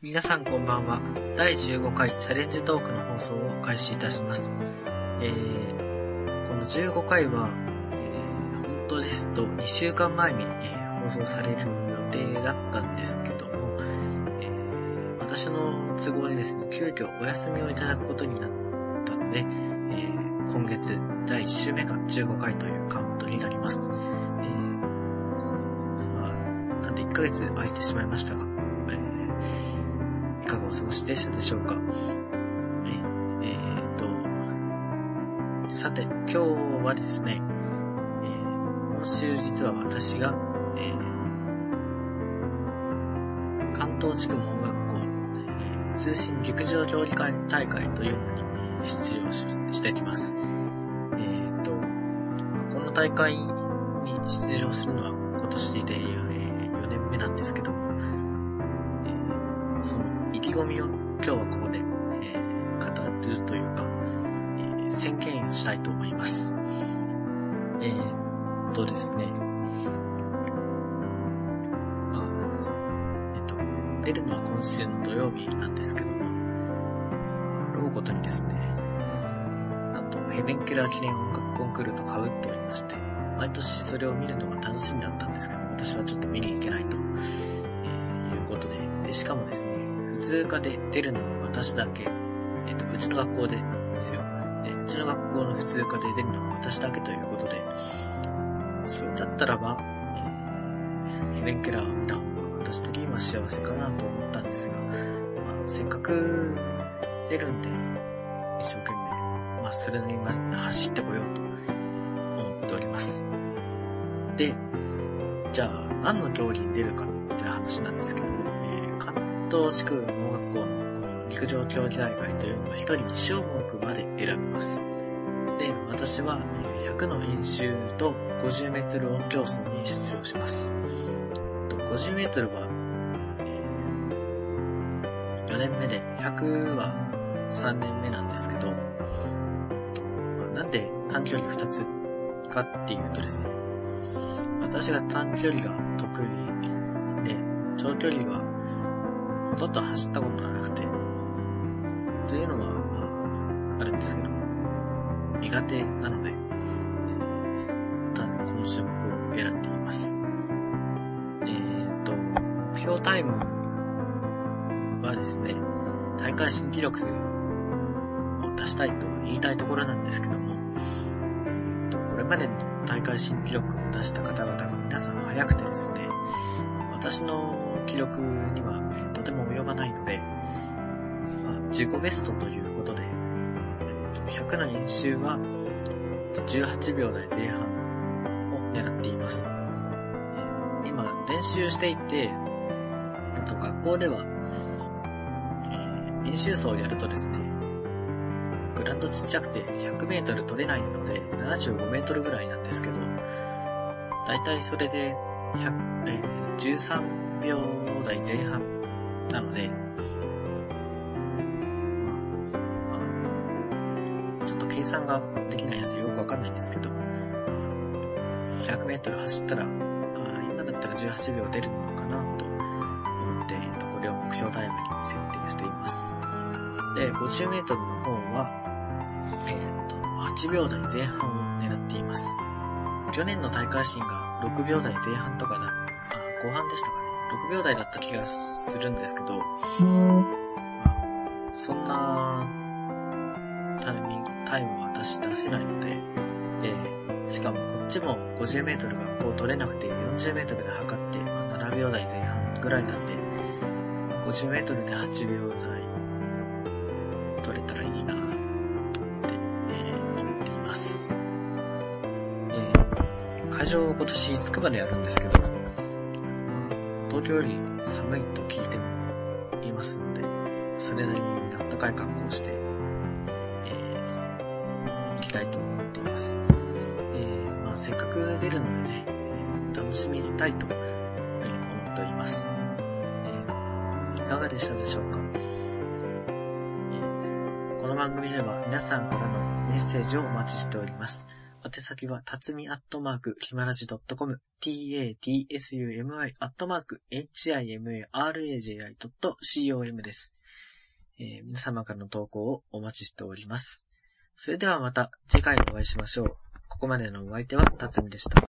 皆さんこんばんは。第15回チャレンジトークの放送を開始いたします。この15回は、本当ですと2週間前に、放送される予定だったんですけども、私の都合でですね、急遽お休みをいただくことになったので、今月第1週目が15回というカウントになります。なんで1ヶ月空いてしまいましたが、いかがお過ごしでしたでしょうか。さて今日はですね、今週実は私が、関東地区盲学校、通信陸上競技大会というのに出場してきます。この大会に出場するのは今年で4年目なんですけども、その意気込みを今日はここで、語るというか、宣言したいと思います。ですね、出るのは今週の土曜日なんですけども、ろうことにですね、なんとヘレンケラー記念音楽コンクールと被っておりまして、毎年それを見るのが楽しみだったんですけど、私はちょっと見に行けないと、いうことで、しかもですね、普通科で出るのは私だけ、うちの学校でですよ、うちの学校の普通科で出るのは私だけということで、それだったらば、ヘレンケラーを見た方が私的には幸せかなと思ったんですが、せっかく出るんで一生懸命、それなりに走ってこようと思っております。で、じゃあ何の競技に出るかって話なんですけど、関東地区盲学校のこの陸上競技大会というのは1人2種目まで選びます。で、私は100の練習と50メートル音競争に出場します。50メートルは4年目で100は3年目なんですけど、なんで短距離2つかっていうとですね、私が短距離が得意で、長距離はほとんど走ったことがなくて、というのはあるんですけど、苦手なので、この種目を選んでいます。目標タイムはですね、大会新記録を出したいと言いたいところなんですけども、これまでの大会新記録を出した方々が皆さん早くてですね、私の記録には、とても及ばないので、自己ベストということで、100の練習は18秒台前半を狙っています。今練習していて、学校では、練習走をやるとですね、グラウンドちっちゃくて100メートル取れないので75メートルぐらいなんですけど、だいたいそれで13秒台前半なので、ちょっと計算ができないのでよくわかんないんですけど、100メートル走ったら、今だったら18秒出るのかなと思って、これを目標タイムに設定しています。で、50メートルの方は、8秒台前半を狙っています。去年の大会新が6秒台前半とか後半でしたかね。6秒台だった気がするんですけど、そんなタイムは私出せないので、しかもこっちも50メートルがこう取れなくて40メートルで測って、7秒台前半ぐらいなんで、50メートルで8秒台取れたらいいなって、思っています。会場今年つくばでやるんですけど、東京より寒いと聞いていますので、それなりに暖かい格好をして、行きたいと思っています。せっかく出るのでね、楽しみたいと、思っております。いかがでしたでしょうか。この番組では皆さんからのメッセージをお待ちしております。 宛先はたつみ@himaraji.com、tatsumi@himaraji.com です。皆様からの投稿をお待ちしております。それではまた次回お会いしましょう。ここまでのお相手はたつみでした。